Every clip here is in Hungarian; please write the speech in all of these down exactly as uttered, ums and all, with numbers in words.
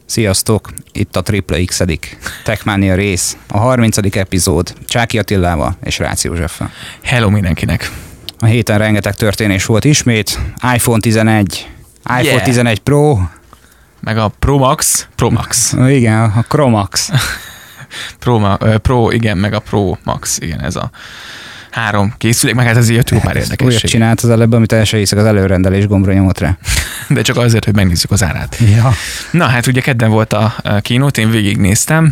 Sziasztok! Itt a Triple X-edik Techmania rész, a harmincadik epizód Csáky Attilával és Rácz Józseffel. Hello mindenkinek! A héten rengeteg történés volt ismét. iPhone tizenegy, iPhone yeah. tizenegy Pro, meg a Pro Max, Pro Max. Igen, a Pro Max. Pro, Pro, igen, meg a Pro Max, igen, ez a három készülék, meg hát ez jött jó pár érdekesség. Olyat csinált az előbb, amit első hiszek az előrendelés gombra nyomott rá. De csak azért, hogy megnézzük az árát. Ja. Na hát ugye kedden volt a keynote, én végignéztem,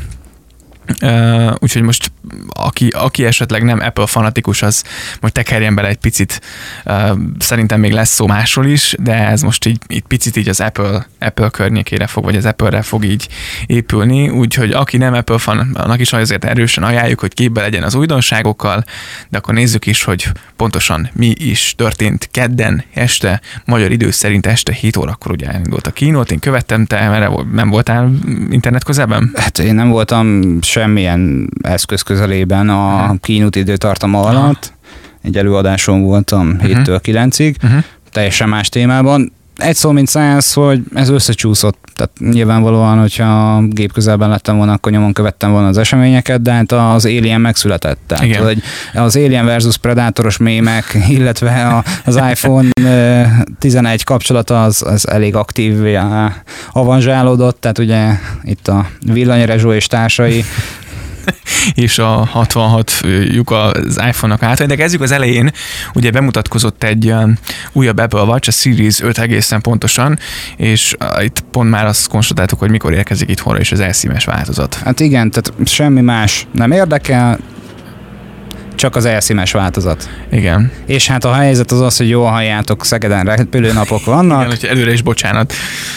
Uh, úgyhogy most aki, aki esetleg nem Apple fanatikus, az most tekerjen bele egy picit, uh, szerintem még lesz szó másról is, de ez most így, így picit így az Apple, Apple környékére fog, vagy az Apple-re fog így épülni, úgyhogy aki nem Apple fan, annak is azért erősen ajánljuk, hogy képbe legyen az újdonságokkal, de akkor nézzük is, hogy pontosan mi is történt kedden este, magyar idő szerint este hét órakor ugye elindult a keynote, én követtem, te merre nem voltál internet közelben? Hát én nem voltam semmilyen eszköz közelében a keynote időtartama alatt. Egy előadáson voltam uh-huh. héttől kilencig, uh-huh. teljesen más témában. Egy szó mint száz, hogy ez összecsúszott. Tehát nyilvánvalóan, hogyha a gép közelben lettem volna, akkor nyomon követtem volna az eseményeket, de hát az Alien megszületett. Tehát, hogy az Alien versus Predatoros mémek, illetve az iPhone tizenegy kapcsolata az, az elég aktív avanzsálódott, tehát ugye itt a Villany-Rezsó és társai és a hatvanhat lyuk az iPhone-nak átvenni. De kezdjük az elején, ugye bemutatkozott egy újabb Apple Watch, a Series öt egészen pontosan, és itt pont már azt konstatáltuk, hogy mikor érkezik itthonra is az elszímes változat. Hát igen, tehát semmi más nem érdekel, csak az elszímes változat. Igen. És hát a helyzet az az, hogy jól halljátok, Szegeden repülő napok vannak. Igen, hogy előre is bocsánat.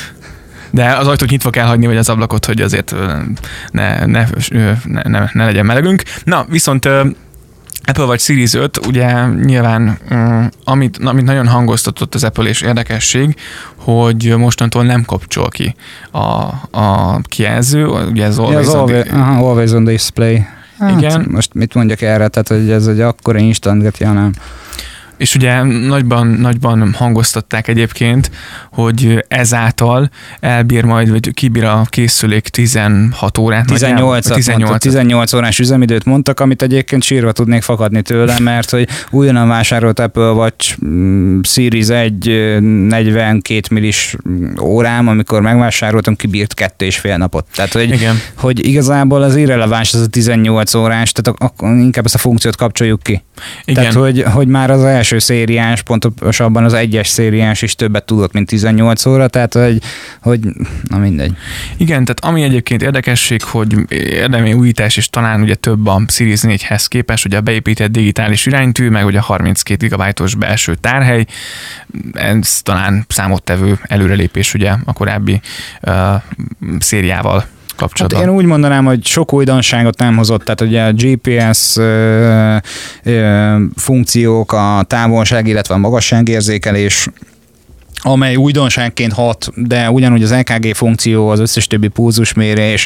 De az ajtót nyitva kell hagyni, vagy az ablakot, hogy azért ne, ne, ne, ne, ne legyen melegünk. Na, viszont Apple Watch Series öt, ugye nyilván, amit, amit nagyon hangoztatott az Apple és érdekesség, hogy mostantól nem kapcsol ki a, a kijelző, ugye ez always, yeah, on, always, the, uh, always on display. Hát, igen. Most mit mondjak erre, tehát hogy ez egy akkora instant, ja nem. És ugye nagyban, nagyban hangoztatták egyébként, hogy ezáltal elbír majd, vagy kibír a készülék tizenhat órát. tizennyolc, tizennyolc, tizennyolc órás üzemidőt mondtak, amit egyébként sírva tudnék fakadni tőle, mert hogy újonnan vásárolt Apple Watch Series egy negyvenkét millis órám, amikor megvásároltam, kibírt kettő és fél napot. Tehát, hogy, igen. hogy igazából az irreleváns ez a tizennyolc órás, tehát akkor inkább ezt a funkciót kapcsoljuk ki. Igen. Tehát, hogy, hogy már az első szériás, pontosabban az egyes szériás is többet tudott, mint tizennyolc óra, tehát hogy, hogy na mindegy. Igen, tehát ami egyébként érdekesség, hogy érdemi újítás, és talán ugye több a Series négyhez képest, ugye a beépített digitális iránytű, meg ugye a harminckét gigabájtos belső tárhely, ez talán számottevő előrelépés ugye a korábbi uh, szériával kapcsolatban. Hát én úgy mondanám, hogy sok újdonságot nem hozott, tehát ugye a gé pé es ö, ö, funkciók, a távolság, illetve a magasságérzékelés, amely újdonságként hat, de ugyanúgy az é ká gé funkció, az összes többi pulzusmérés,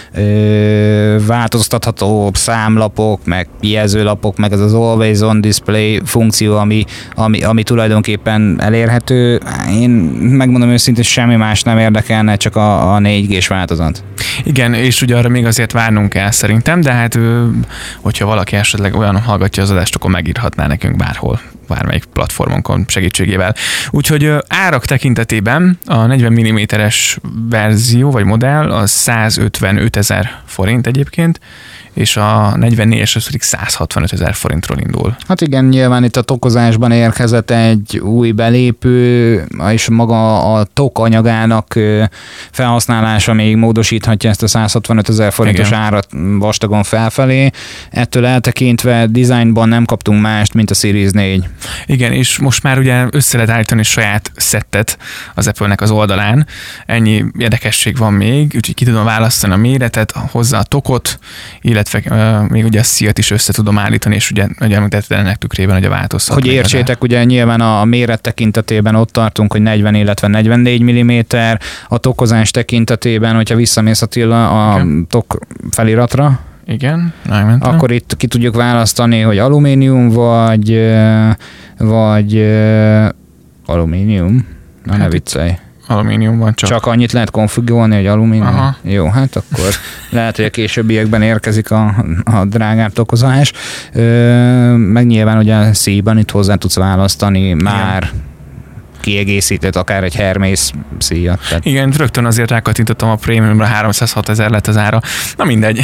ö, változtatható számlapok, meg jelzőlapok, meg ez az Always on Display funkció, ami, ami, ami tulajdonképpen elérhető. Én megmondom őszintén, semmi más nem érdekelne, csak a, a négy gés változat. Igen, és ugye arra még azért várnunk kell szerintem, de hát hogyha valaki esetleg olyan hallgatja az adást, akkor megírhatná nekünk bárhol, bármelyik platformonkon segítségével. Úgyhogy árak tekintetében a negyven milliméteres verzió vagy modell az százötvenötezer forint egyébként, és a negyvennégyes az pedig százhatvanötezer forintról indul. Hát igen, nyilván itt a tokozásban érkezett egy új belépő, és maga a tok anyagának felhasználása még módosíthatja ezt a százhatvanötezer forintos igen. árat vastagon felfelé. Ettől eltekintve dizájnban nem kaptunk mást, mint a Series négy. Igen, és most már ugye össze lehet állítani saját szettet az Apple-nek az oldalán. Ennyi érdekesség van még, úgyhogy ki tudom választani a méretet, hozzá a tokot, illetve uh, még ugye a szíjat is össze tudom állítani, és ugye, ugye említetted ennek tükrében, hogy a változhat. Hogy értsétek, ugye nyilván a méret tekintetében ott tartunk, hogy negyven, illetve negyvennégy milliméter, a tokozás tekintetében, hogyha visszamész Attila a okay. tok feliratra, igen, megmentem. Akkor itt ki tudjuk választani, hogy alumínium vagy vagy alumínium. Na, hát ne viccelj. Alumínium van csak. Csak annyit lehet konfigurálni, hogy alumínium? Aha. Jó, hát akkor lehet, hogy a későbbiekben érkezik a, a drágább tokozás. Ö, meg nyilván ugye a szíjban itt hozzá tudsz választani már igen. kiegészített, akár egy Hermész szíjat. Tehát... Igen, rögtön azért rákattintottam a prémiumra, háromszázhat lett az ára. Na mindegy.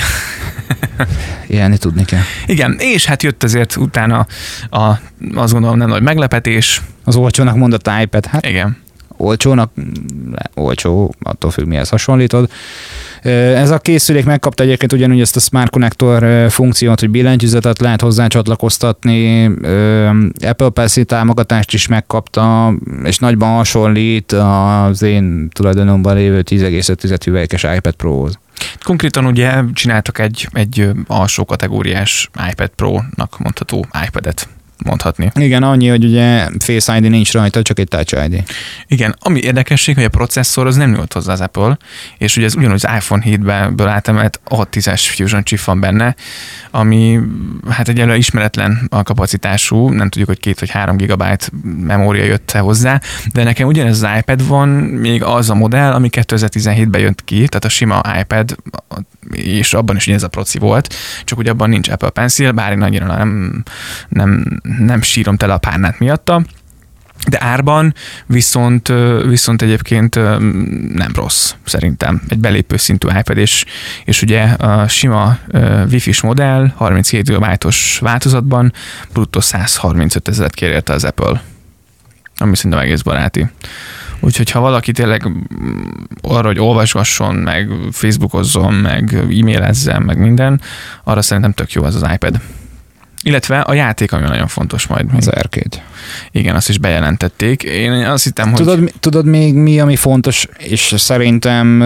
Élni tudni kell. Igen, és hát jött azért utána a, azt gondolom nem nagy meglepetés. Az olcsónak mondott iPad, hát igen. Olcsónak, olcsó, attól függ, mihez hasonlítod. Ez a készülék megkapta egyébként ugyanúgy ezt a Smart Connector funkciót, hogy billentyűzetet lehet hozzá csatlakoztatni, Apple Pencil támogatást is megkapta, és nagyban hasonlít az én tulajdonomban lévő tíz egész öt hüvelykes iPad Pro-hoz. Konkrétan ugye csináltak egy, egy alsó kategóriás iPad Pro-nak mondható iPad-et. Mondhatni. Igen, annyi, hogy ugye Face i dé nincs rajta, csak egy Touch i dé. Igen, ami érdekesség, hogy a processzor az nem nyújt hozzá az Apple, és ugye ez ugyanúgy az iPhone hétből átemelt A tízes Fusion chip van benne, ami hát egyelőre ismeretlen a kapacitású, nem tudjuk, hogy két vagy három gigabyte memória jött hozzá, de nekem ugyanez az iPad van, még az a modell, ami kétezer-tizenhétben jött ki, tehát a sima iPad, és abban is ez a proci volt, csak ugye abban nincs Apple Pencil, bár én annyira nem, nem, nem sírom tele a párnát miatta, de árban viszont, viszont egyébként nem rossz, szerintem. Egy belépő szintű iPad, és, és ugye a sima Wi-Fi-s modell harminchét gigabyte-os változatban bruttó százharmincöt ezeret kér érte az Apple, ami szerintem egész baráti. Úgyhogy ha valaki tényleg arra, hogy olvasgasson, meg Facebookozzon, meg e-mailezzen, meg minden, arra szerintem tök jó az az iPad. Illetve a játék, ami nagyon fontos majd. Az Arcade. Igen, azt is bejelentették. Én azt hittem, hogy... Tudod, tudod még mi, ami fontos, és szerintem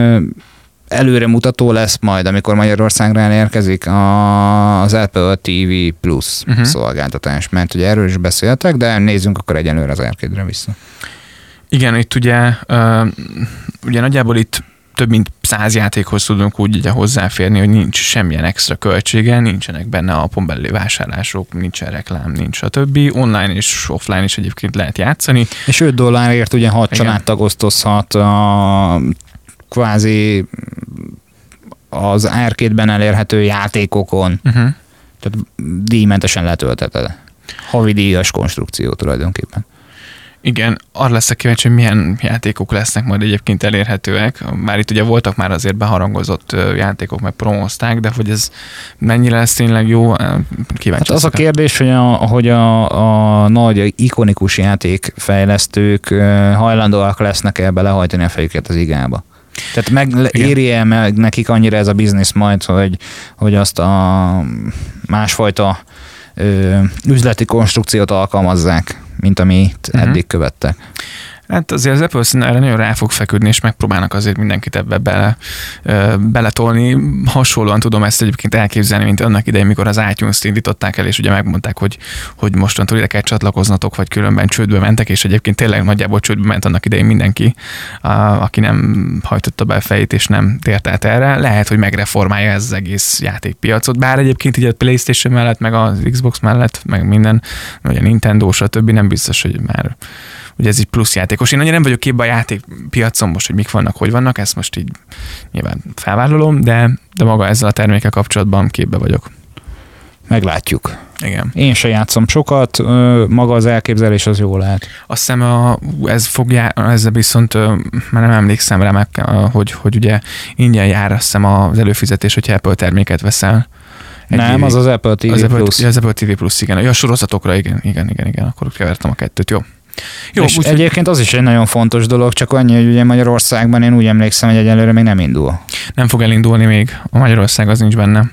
előremutató lesz majd, amikor Magyarországra elérkezik az Apple té vé Plus uh-huh. szolgáltatás, mert ugye erről is beszéltek, de nézzünk akkor egyenlőre az Arcade-re vissza. Igen, itt ugye, uh, ugye nagyjából itt több mint száz játékhoz tudunk úgy ugye hozzáférni, hogy nincs semmilyen extra költsége, nincsenek benne a appon belüli vásárlások, nincsen reklám, nincs a többi. Online és offline is egyébként lehet játszani. És öt dollárért ugye hat családtag osztozhat a kvázi az Arcade-ben elérhető játékokon. Uh-huh. Tehát díjmentesen letölteted. Havi díjas konstrukció tulajdonképpen. Igen, arra leszek kíváncsi, hogy milyen játékok lesznek majd egyébként elérhetőek. Már itt ugye voltak már azért beharangozott játékok, meg promózták, de hogy ez mennyire lesz tényleg jó, kíváncsi. Hát az a kérdés, hogy a, hogy a, a nagy, ikonikus játékfejlesztők hajlandóak lesznek-e belehajtani a fejüket az igába. Tehát meg, éri-e meg nekik annyira ez a biznisz majd, hogy, hogy azt a másfajta ö, üzleti konstrukciót alkalmazzák, mint amit uh-huh. eddig követtek. Hát azért az Apple erre nagyon rá fog feküdni, és megpróbálnak azért mindenkit ebbe bele, beletolni. Hasonlóan tudom ezt egyébként elképzelni, mint annak idején, mikor az iTunes-t indították el, és ugye megmondták, hogy, hogy mostantól ide kell csatlakoznatok, vagy különben csődbe mentek, és egyébként tényleg nagyjából csődbe ment annak idején mindenki, aki nem hajtotta be a fejét, és nem tért át erre. Lehet, hogy megreformálja ez az egész játékpiacot, bár egyébként így a PlayStation mellett, meg az Xbox mellett, meg minden, vagy a Nintendo, stb. Nem biztos, hogy már ugye ez így plusz játékos. Én annyira nem vagyok képbe a játékpiacon most, hogy mik vannak, hogy vannak, ezt most így nyilván felvállalom, de, de maga ezzel a termékkel kapcsolatban képbe vagyok. Meglátjuk. Igen. Én se játszom sokat, maga az elképzelés az jó lehet. Azt hiszem, a, ez fogja, ezzel viszont már nem emlékszem rá, meg, hogy, hogy ugye ingyen jár, azt hiszem az előfizetés, hogyha Apple terméket veszel. Egy nem, évig. Az az Apple té vé az Plus. Apple, az Apple té vé Plus, igen. Ja, a sorozatokra, igen, igen, igen, igen, akkor kevertem a kettőt, jó. Jó, és úgy, egyébként az is egy nagyon fontos dolog, csak annyi, hogy ugye Magyarországban én úgy emlékszem, hogy egyelőre még nem indul. Nem fog elindulni még, a Magyarország az nincs benne.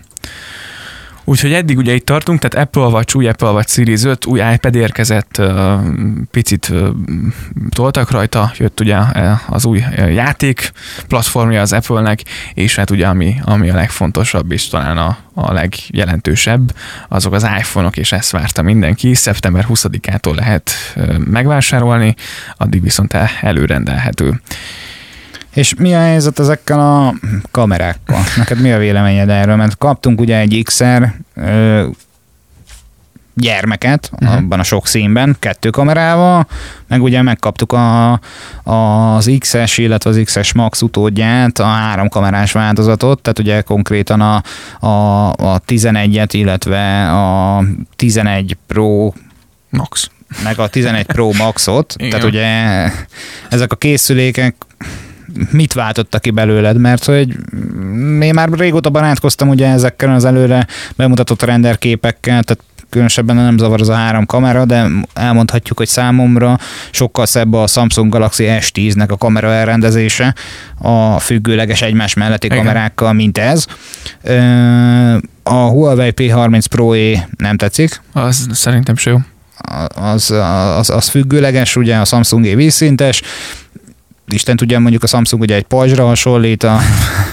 Úgyhogy eddig ugye itt tartunk, tehát Apple Watch, új Apple Watch Series öt, új iPad érkezett, picit toltak rajta, jött ugye az új játék platformja az Apple-nek, és hát ugye ami, ami a legfontosabb, és talán a, a legjelentősebb, azok az iPhone-ok, és ezt várta mindenki, szeptember huszadikától lehet megvásárolni, addig viszont előrendelhető. És mi a helyzet ezekkel a kamerákkal? Neked mi a véleményed erről? Mert kaptunk ugye egy iksz er, gyermeket, uh-huh. abban a sok színben, kettő kamerával, meg ugye megkaptuk a, az iksz es, illetve az iksz es Max utódját, a három kamerás változatot, tehát ugye konkrétan a, a, a tizenegyet, illetve a tizenegy Pro Max. meg a tizenegy Pro Maxot, tehát ugye ezek a készülékek mit váltottak ki belőled, mert hogy én már régóta barátkoztam ugye ezekkel az előre bemutatott renderképekkel, tehát különösebben nem zavar az a három kamera, de elmondhatjuk, hogy számomra sokkal szebb a Samsung Galaxy es tíznek a kamera elrendezése a függőleges egymás melletti Igen. kamerákkal, mint ez. A Huawei P harminc Pro-é nem tetszik. Az szerintem se jó. Az, az, az függőleges, ugye a Samsung vízszintes. Isten tudja, mondjuk a Samsung ugye egy pajzsra hasonlít, a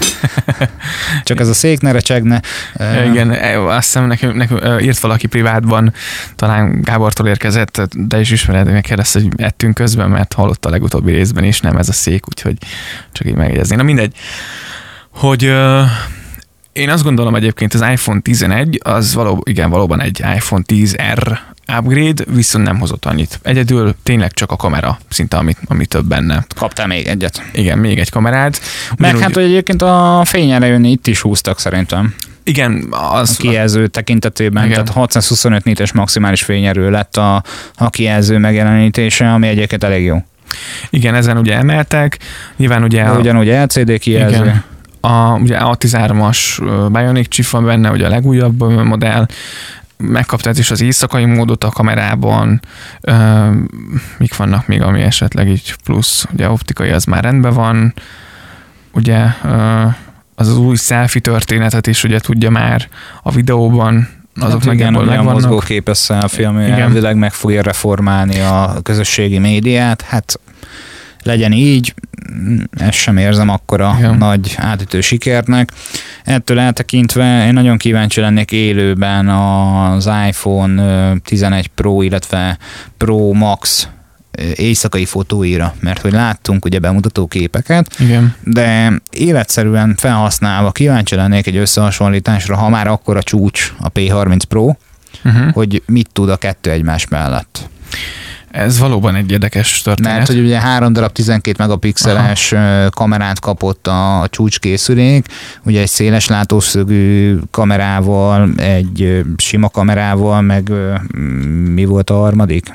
csak ez a szék ne recsegne. Ja, igen, azt hiszem nekem, nekem írt valaki privátban, talán Gábortól érkezett, de is ismered, megkérdezte, hogy ettünk közben, mert hallott a legutóbbi részben is, nem ez a szék, úgyhogy csak így megjegyezni. Na mindegy, hogy uh, én azt gondolom egyébként az iPhone tizenegy, az való, igen, valóban egy iPhone tíz R upgrade, viszont nem hozott annyit. Egyedül tényleg csak a kamera, szinte amit, ami több benne. Kaptál még egyet. Igen, még egy kamerát. Meg hát, hogy egyébként a fényre jönni itt is húztak szerintem. Igen, az... A kijelző tekintetében, igen. tehát hatszázhuszonöt nites maximális fényerő lett a, a kijelző megjelenítése, ami egyébként elég jó. Igen, ezen ugye emeltek. Nyilván ugye... A, ugyanúgy el cé dé kijelző. Igen. A, ugye A tizenhármas Bionic chip van benne, ugye a legújabb modell. Megkaptad is az éjszakai módot a kamerában, uh, mik vannak még, ami esetleg így plusz, ugye optikai az már rendben van, ugye uh, az az új selfie történetet is ugye tudja már a videóban, azok hát igen, a mozgóképes selfie, ami igen. elvileg meg fogja reformálni a közösségi médiát, hát legyen így, ezt sem érzem akkora igen. nagy átütő sikernek. Ettől eltekintve én nagyon kíváncsi lennék élőben az iPhone tizenegy Pro, illetve Pro Max éjszakai fotóira, mert hogy láttunk ugye bemutató képeket, igen. de életszerűen felhasználva kíváncsi lennék egy összehasonlításra, ha már akkor a csúcs a P harminc Pro, uh-huh. hogy mit tud a kettő egymás mellett. Ez valóban egy érdekes történet. Mert hogy ugye három darab tizenkét megapixeles Aha. kamerát kapott a csúcskészülék, ugye egy széles látószögű kamerával, egy sima kamerával, meg mi volt a harmadik?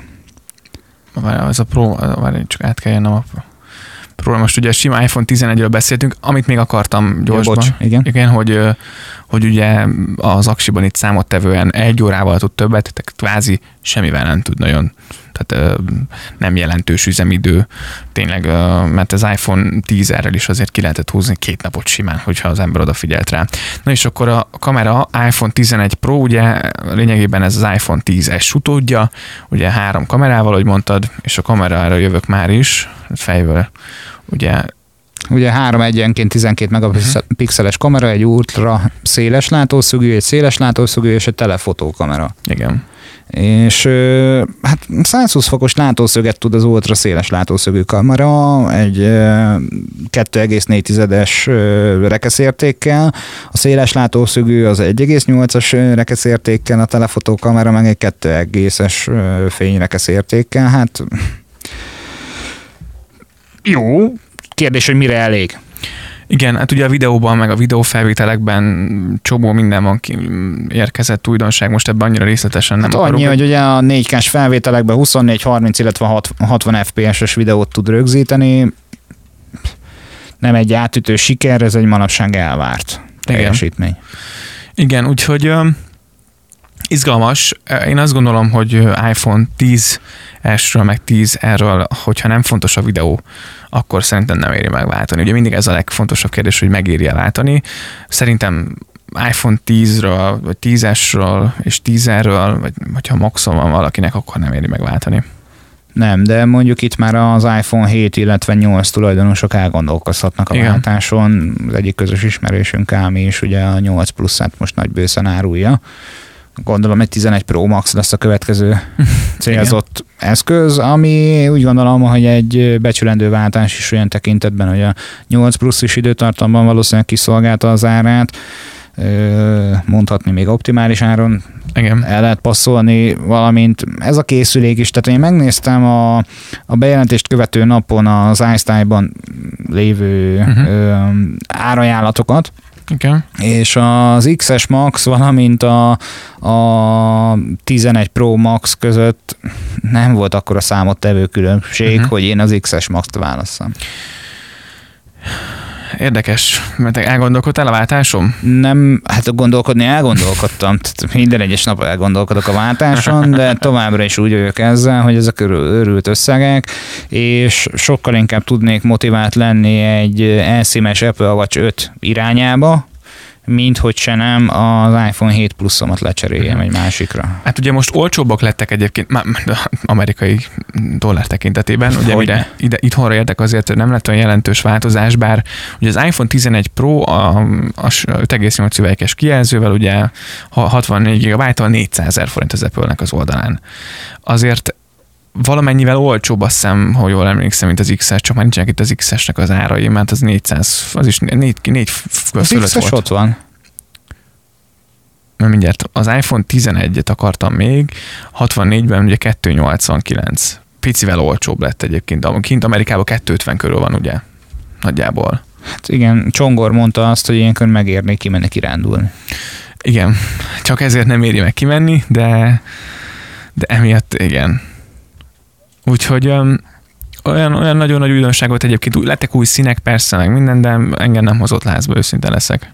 Ez a Pro, várj, csak át kell jönnöm a Pro. Most ugye a sima iPhone tizenegyről beszéltünk, amit még akartam gyorsban. Ja, bocs, igen. igen, hogy, hogy ugye az aksiban itt számottevően egy órával tud többet, tehát kvázi semmivel nem tud nagyon, tehát nem jelentős üzemidő, tényleg, mert az iPhone tíz errel is azért ki lehetett húzni két napot simán, hogyha az ember odafigyelt rá. Na és akkor a kamera iPhone tizenegy Pro, ugye lényegében ez az iPhone tíz es utódja, ugye három kamerával, ahogy mondtad, és a kamerára jövök már is, fejből, ugye Ugye három egyenként tizenkét megapixeles kamera, egy ultra széles látószögű, egy széles látószögű és egy telefotókamera. Igen. És hát százhúsz fokos látószöget tud az ultra széles látószögű kamera, egy kettő egész négy tizedes rekeszértékkel, a széles látószögű az egy egész nyolcas rekeszértékkel, a telefotókamera meg egy kettő egészes fényrekeszértékkel. Hát jó. Kérdés, hogy mire elég? Igen, hát ugye a videóban, meg a videófelvételekben csomó minden van ki, érkezett újdonság, most ebben annyira részletesen nem hát akarok. Annyi, hogy ugye a négy kás felvételekben huszonnégy harminc, illetve hatvan ef pé es-es videót tud rögzíteni. Nem egy átütő siker, ez egy manapság elvárt teljesítmény. Igen, úgyhogy izgalmas. Én azt gondolom, hogy iPhone tíz es-ről, meg tíz erről, hogyha nem fontos a videó, akkor szerintem nem éri megváltani. Ugye mindig ez a legfontosabb kérdés, hogy megéri váltani. Szerintem iPhone tízről, vagy tízesről és tízerről, vagy hogyha maxon van valakinek, akkor nem éri megváltani. Nem, de mondjuk itt már az iPhone hét, illetve nyolc tulajdonosok elgondolkozhatnak a Igen. váltáson. Az egyik közös ismerősünk Ámi is ugye a nyolc pluszát most nagy bőszen árulja. Gondolom egy tizenegy Pro Max lesz a következő célzott eszköz, ami úgy gondolom, hogy egy becsülendő váltás is olyan tekintetben, hogy a nyolc plusz is időtartamban valószínűleg kiszolgálta az árát. mondhatni még optimális áron igen. el lehet passzolni, valamint ez a készülék is, tehát én megnéztem a, a bejelentést követő napon az iStyle-ban lévő uh-huh. ö, árajánlatokat, okay. és az iksz es Max, valamint a, a tizenegy Pro Max között nem volt akkora számottevő különbség, uh-huh. hogy én az iksz es Max-t válasszam. Érdekes, mert elgondolkodtál a váltásom? Nem, hát gondolkodni elgondolkodtam, tehát minden egyes nap elgondolkodok a váltáson, de továbbra is úgy vagyok ezzel, hogy ezek őrült összegek, és sokkal inkább tudnék motivált lenni egy elszímes Apple Watch öt irányába, mint hogy se nem az iPhone hét pluszomat lecseréljem egy másikra. Hát ugye most olcsóbbak lettek egyébként, már amerikai dollár tekintetében, ugye ide, ide, itthonra értek azért nem lett olyan jelentős változás, bár ugye az iPhone tizenegy Pro a, a öt egész nyolc üveges kijelzővel, ugye hatvannégy gigabyte-tal négyszázezer forint az Apple-nek az oldalán. Azért valamennyivel olcsóbb, azt hiszem, hogy jól emlékszem, mint az iksz es, csak már nincsenek itt az iksz esnek az árai, mert az négyszáz, az is négy, négy az iksz es ott van. Mert mindjárt az iPhone tizenegyet akartam még, hatvannégyben ugye kettőszáznyolcvankilenc. Picivel olcsóbb lett egyébként. Kint Amerikában kétszázötven körül van, ugye? Nagyjából. Hát igen, Csongor mondta azt, hogy ilyenkor megérné kimenni kirándulni. Igen, csak ezért nem éri meg kimenni, de, de emiatt igen. Úgyhogy um, olyan, olyan nagyon nagy újdonságot egyébként, lettek új színek persze, meg minden, de engem nem hozott lázba, őszinte leszek.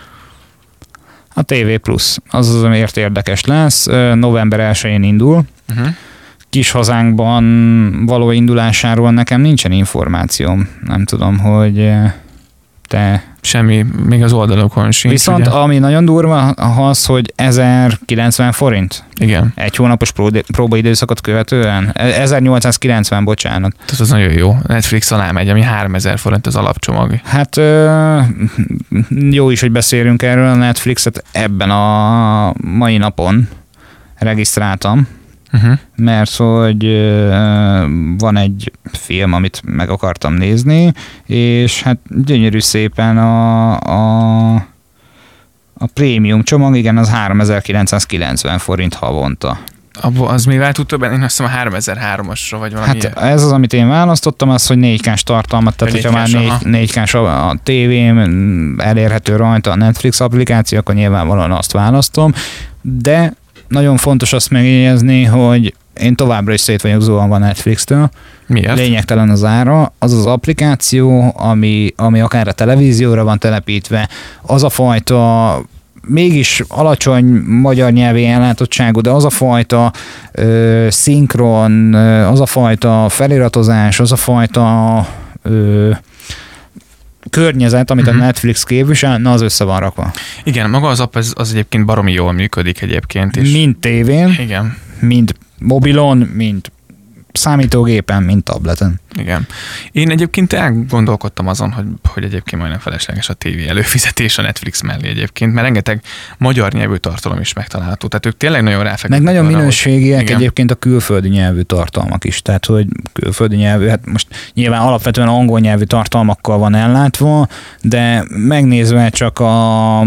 A té vé Plus, az az, amiért érdekes lesz. november elsején indul. Uh-huh. Kis hazánkban való indulásáról nekem nincsen információm. Nem tudom, hogy te... Semmi, még az oldalokon sincs. Viszont ugye? Ami nagyon durva az, hogy ezerkilencven forint. Igen. Egy hónapos próbaidőszakot követően. ezernyolcszázkilencven, bocsánat. Tehát az nagyon jó. Netflix alá megy, ami háromezer forint az alapcsomag. Hát jó is, hogy beszélünk erről. A Netflixet ebben a mai napon regisztráltam. Uh-huh. Mert hogy uh, van egy film, amit meg akartam nézni, és hát gyönyörű szépen a, a, a prémium csomag, igen, az háromezer-kilencszázkilencven forint havonta. Abba az mivel tud többen? Én azt hiszem a háromezer-háromasra vagy valami. Hát ilyen. Ez az, amit én választottam, az, hogy négy kás tartalmat, tehát hogyha már négy kás a tévém elérhető rajta a Netflix applikáció, akkor nyilvánvalóan azt választom, de nagyon fontos azt megjegyezni, hogy én továbbra is szét vagyok zuhanva a Netflix-től. Miért? Lényegtelen az ára. Az az applikáció, ami, ami akár a televízióra van telepítve, az a fajta mégis alacsony magyar nyelvi ellátottságú, de az a fajta ö, szinkron, az a fajta feliratozás, az a fajta ö, környezet, amit uh-huh. a Netflix képvisel, na az össze van rakva. Igen, maga az app az, az egyébként baromi jól működik egyébként. És... Mind tévén, igen. mind mobilon, mind számítógépen, mint tableten. Igen. Én egyébként elgondolkodtam azon, hogy, hogy egyébként majdnem felesleges a tévé előfizetés a Netflix mellé egyébként, mert rengeteg magyar nyelvű tartalom is megtalálható. Tehát ők tényleg nagyon ráfektettek. Meg nagyon arra, minőségiek hogy... egyébként a külföldi nyelvű tartalmak is. Tehát, hogy külföldi nyelvű, hát most nyilván alapvetően angol nyelvű tartalmakkal van ellátva, de megnézve csak a,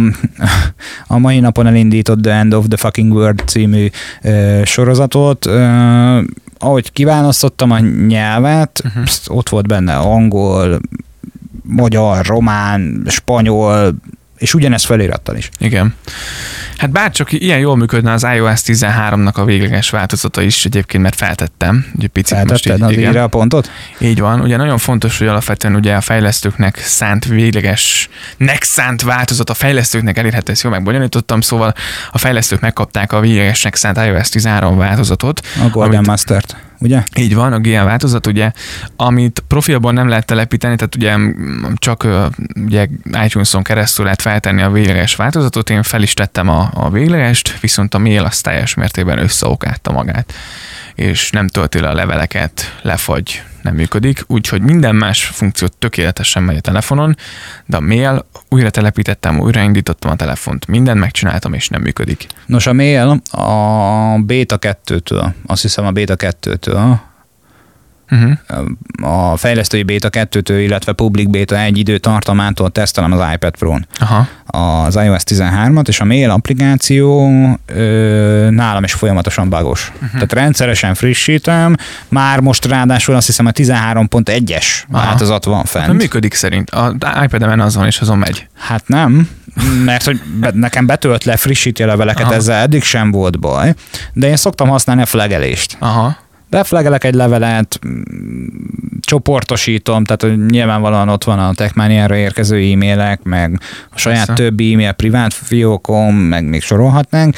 a mai napon elindított The End of the Fucking World című uh, sorozatot, uh, ahogy kiválasztottam a nyelvet, uh-huh. ott volt benne angol, magyar, román, spanyol, és ugyanezt felirattal is. Igen. Hát bárcsak ilyen jól működne az iOS tizenháromnak a végleges változata is egyébként, mert feltettem. Ugye picit Feltetted most így, igen. a pontot? Így van. Ugye nagyon fontos, hogy alapvetően ugye a fejlesztőknek szánt véglegesnek szánt változat a fejlesztőknek elérhető, ezt jól megbonyolítottam, szóval a fejlesztők megkapták a véglegesnek szánt iOS tizenhárom változatot. A Golden amit, Mastert, ugye? Így van, a gé el változat, ugye, amit profilban nem lehet telepíteni, tehát ugye csak ugye iTunes-on keresztül lehet feltenni a végleges változatot, én fel is tettem a, a véglegest, viszont a mail az teljes mértékben összeokátta magát, és nem tölti le a leveleket, lefagy, nem működik, úgyhogy minden más funkció tökéletesen megy a telefonon, de a mail újra telepítettem, újraindítottam a telefont, mindent megcsináltam, és nem működik. Nos, a mail a Beta kettőtől, azt hiszem a Beta kettőtől Uh-huh. A fejlesztői béta kettőtől, illetve public béta egy időtartamától tesztelem az iPad Pro-n. Aha. Az iOS tizenhármat, és a mail applikáció ö, nálam is folyamatosan bugos. Uh-huh. Tehát rendszeresen frissítem, már most ráadásul azt hiszem a tizenhárom pont egyes változat van fent. Hát működik szerint. A iPad-emen az van, és azon megy. Hát nem, mert hogy be, nekem betölt le, frissíti a leveleket, aha, ezzel eddig sem volt baj, de én szoktam használni a flagelést. Aha. Beflegelek egy levelet, csoportosítom, tehát nyilvánvalóan ott van a Techmaniára érkező e-mailek, meg a saját Persze. többi e-mail privát fiókom, meg még sorolhatnánk.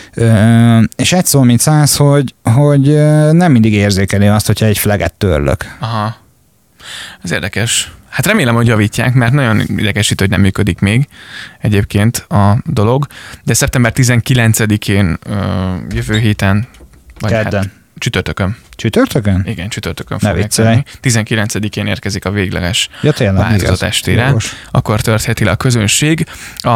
És egy szó, mint száz, hogy, hogy nem mindig érzékeli azt, hogyha egy flaget törlök. Aha. Ez érdekes. Hát remélem, hogy javítják, mert nagyon idegesít, hogy nem működik még egyébként a dolog. De szeptember tizenkilencedikén jövő héten, vagy kedden. Hát csütörtökön. Csütörtökön? Igen, csütörtökön fogják tenni. tizenkilencedikén érkezik a végleges ja, változat estére. Jogos. Akkor törtheti le a közönség.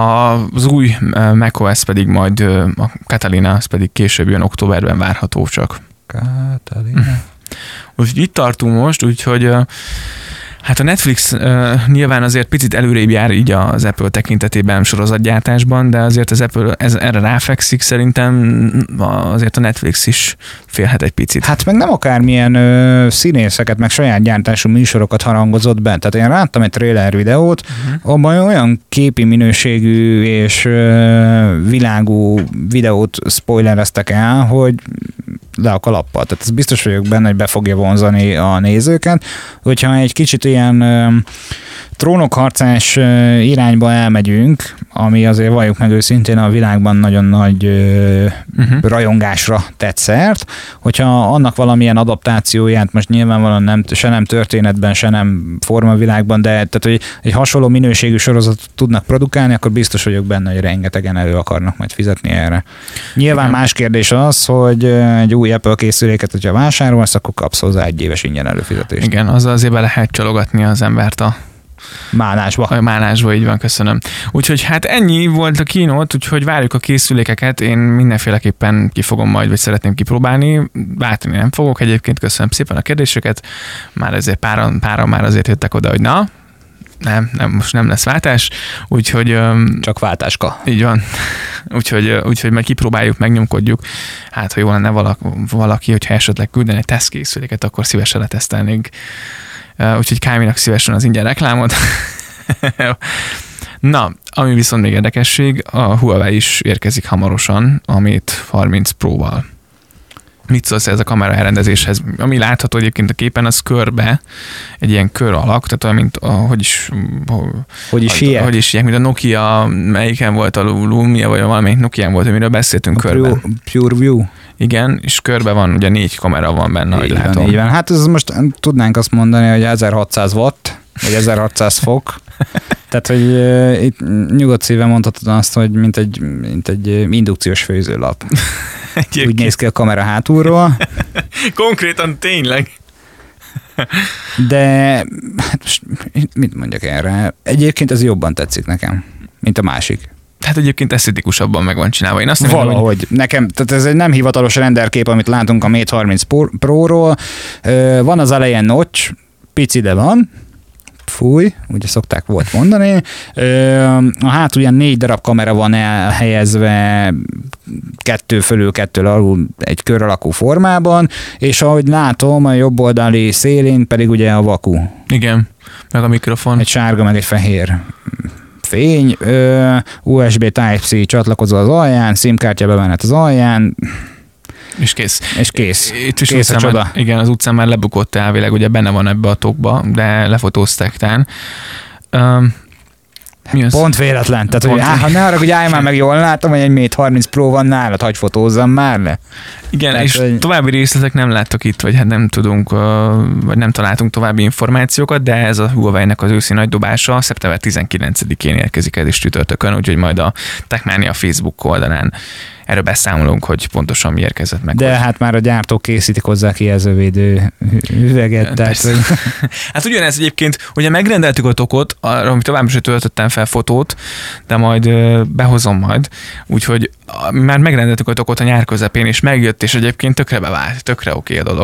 Az új macOS pedig majd, a Catalina, az pedig később jön, októberben várható csak. Catalina. Úgyhogy itt tartunk most, úgyhogy hát a Netflix uh, nyilván azért picit előrébb jár így az Apple tekintetében sorozatgyártásban, de azért az Apple ez, erre ráfekszik, szerintem azért a Netflix is félhet egy picit. Hát meg nem akármilyen ö, színészeket, meg saját gyártású műsorokat harangozott be. Tehát én láttam egy trailer videót, uh-huh. abban olyan képi minőségű és ö, világú videót spoilereztek el, hogy le a kalappal. Tehát ez biztos vagyok benne, hogy be fogja vonzani a nézőket. Hogyha egy kicsit ilyen ö, trónokharcás ö, irányba elmegyünk, ami azért valljuk meg őszintén a világban nagyon nagy ö, uh-huh. rajongásra tett szert, hogyha annak valamilyen adaptációját most nyilvánvalóan nem, se nem történetben, se nem formavilágban, de tehát, hogy egy hasonló minőségű sorozatot tudnak produkálni, akkor biztos vagyok benne, hogy rengetegen elő akarnak majd fizetni erre. Nyilván igen. Más kérdés az, hogy egy új Apple készüléket, hogyha vásárolsz, akkor kapsz hozzá egy éves ingyen előfizetést. Igen, azzal azért be lehet csalogatni az embert a Málásba. A málásba, így van, köszönöm. Úgyhogy hát ennyi volt a kínót, úgyhogy várjuk a készülékeket, én mindenféleképpen ki fogom majd, vagy szeretném kipróbálni, váltani nem fogok egyébként, köszönöm szépen a kérdéseket, már ezért páran, páran már azért jöttek oda, hogy na, nem, nem, most nem lesz váltás, úgyhogy... Csak váltáska. Így van. Úgyhogy, úgyhogy majd kipróbáljuk, megnyomkodjuk. Hát, ha jó lenne valaki, valaki hogyha esetleg küldene egy tesztkészüléket, akkor szívesen letesztelnénk. Úgyhogy Káminak szívesen az ingyen reklámot. Na, ami viszont még érdekesség, a Huawei is érkezik hamarosan a Mate harminc Pro-val. Mit szólsz ez a kamera elrendezéshez? Ami látható egyébként a képen, az körbe, egy ilyen kör alak, tehát olyan, mint a, hogy is... Hogy is ilyen? Hogy is ilyen, mint a Nokia, melyiken volt a Lumia, vagy valamelyik Nokián volt, amiről beszéltünk a körben. Pure, Pure View. Igen, és körbe van, ugye négy kamera van benne, ahogy látom. Így van. Hát ez most tudnánk azt mondani, hogy ezerhatszáz watt, vagy ezerhatszáz fok. Tehát, hogy uh, itt nyugodt szíven mondhatod azt, hogy mint egy, mint egy indukciós főzőlap. Úgy néz ki a kamera hátulról. Konkrétan tényleg. De hát most mit mondjak erre? Egyébként ez jobban tetszik nekem, mint a másik. Hát egyébként esztetikusabban meg van csinálva. Én azt nem Valahogy. Hogy... Nekem, tehát ez egy nem hivatalos renderkép, amit látunk a Mate harminc Pro-ról. Van az elején notch, pici, de van. Fúj, ugye szokták volt mondani. A hátulján négy darab kamera van elhelyezve kettő fölül, kettő alul egy kör alakú formában, és ahogy látom, a jobb oldali szélén pedig ugye a vaku. Igen, meg a mikrofon. Egy sárga, meg egy fehér fény, u es bé Type-C csatlakozó az alján, SIM-kártya bemenet az alján, és kész. És kész. Itt is kész a csoda. Már, igen, az utcán már lebukott elvileg, ugye benne van ebbe a tokba, de lefotózták tán. Um, Pont véletlen. Tehát, Pont hogy á, ne arra, hogy állj már meg, jól látom, hogy egy Mate harminc Pro van nálad, hagyj fotózzam már le. Igen, Tehát, és hogy... további részletek nem láttok itt, vagy hát nem tudunk, vagy nem találtunk további információkat, de ez a Huawei-nek az őszi nagy dobása szeptember tizenkilencedikén érkezik ez is csütörtökön, úgyhogy majd a Techmania Facebook oldalán erről beszámolunk, hogy pontosan mi érkezett meg. De hogy... hát már a gyártók készítik hozzá kijelzővédő üveget. Tehát, hogy... Hát ugyanez egyébként, ugye megrendeltük a tokot, arra, amit tovább is töltöttem fel fotót, de majd ö, behozom majd. Úgyhogy már megrendeltük a tokot a nyár közepén, és megjött, és egyébként tökre bevált, tökre oké a dolog.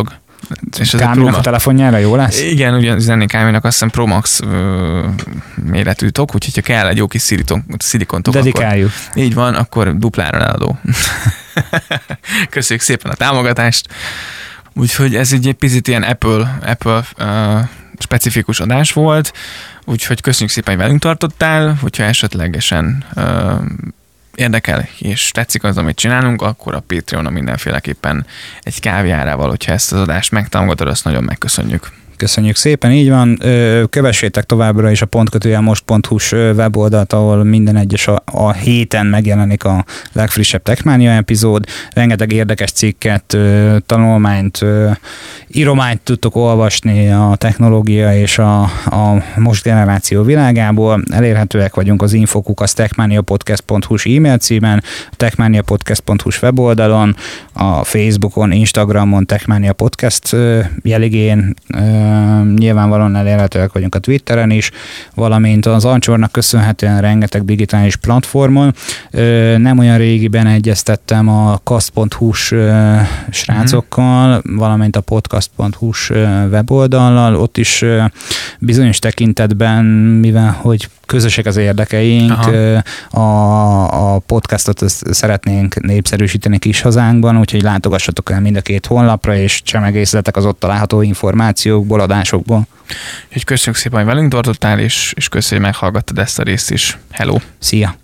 És Káminak a telefonjára jó lesz? Igen, ugyan üzenni Káminak azt hiszem Pro Max ö, méretű tok, úgyhogy ha kell egy jó kis szilikon tok, dedikáljuk. Akkor, így van, akkor duplára eladó. Köszönjük szépen a támogatást. Úgyhogy ez egy picit ilyen Apple, Apple uh, specifikus adás volt, úgyhogy köszönjük szépen, hogy velünk tartottál, hogyha esetlegesen uh, érdekel és tetszik az, amit csinálunk, akkor a Patreonon mindenféleképpen egy kávéárával, hogyha ezt az adást megtámogatod, azt nagyon megköszönjük. Köszönjük szépen, így van. Kövessétek továbbra is a pontkötőjel most.hu-s weboldalt, ahol minden egyes a, a héten megjelenik a legfrissebb Techmania epizód. Rengeteg érdekes cikket, tanulmányt, írományt tudtok olvasni a technológia és a, a most generáció világából. Elérhetőek vagyunk az infokuk techmaniapodcast pont hu-s e-mail címen, a techmaniapodcast pont hu-s weboldalon, a Facebookon, Instagramon, Techmania Podcast jeligén, nyilvánvalóan elérhetőek vagyunk a Twitteren is, valamint az Anchornak köszönhetően rengeteg digitális platformon. Nem olyan régiben egyeztettem a cast pont hu-s srácokkal, mm-hmm. valamint a podcast pont hu-s weboldallal, ott is bizonyos tekintetben, mivel hogy közösek az érdekeink, a, a podcastot szeretnénk népszerűsíteni kis hazánkban, úgyhogy látogassatok el mind a két honlapra, és csemegészletek az ott található információkból, adásokból. Úgyhogy köszönjük szépen, hogy velünk tartottál, és, és köszönjük, hogy meghallgattad ezt a részt is. Hello! Szia!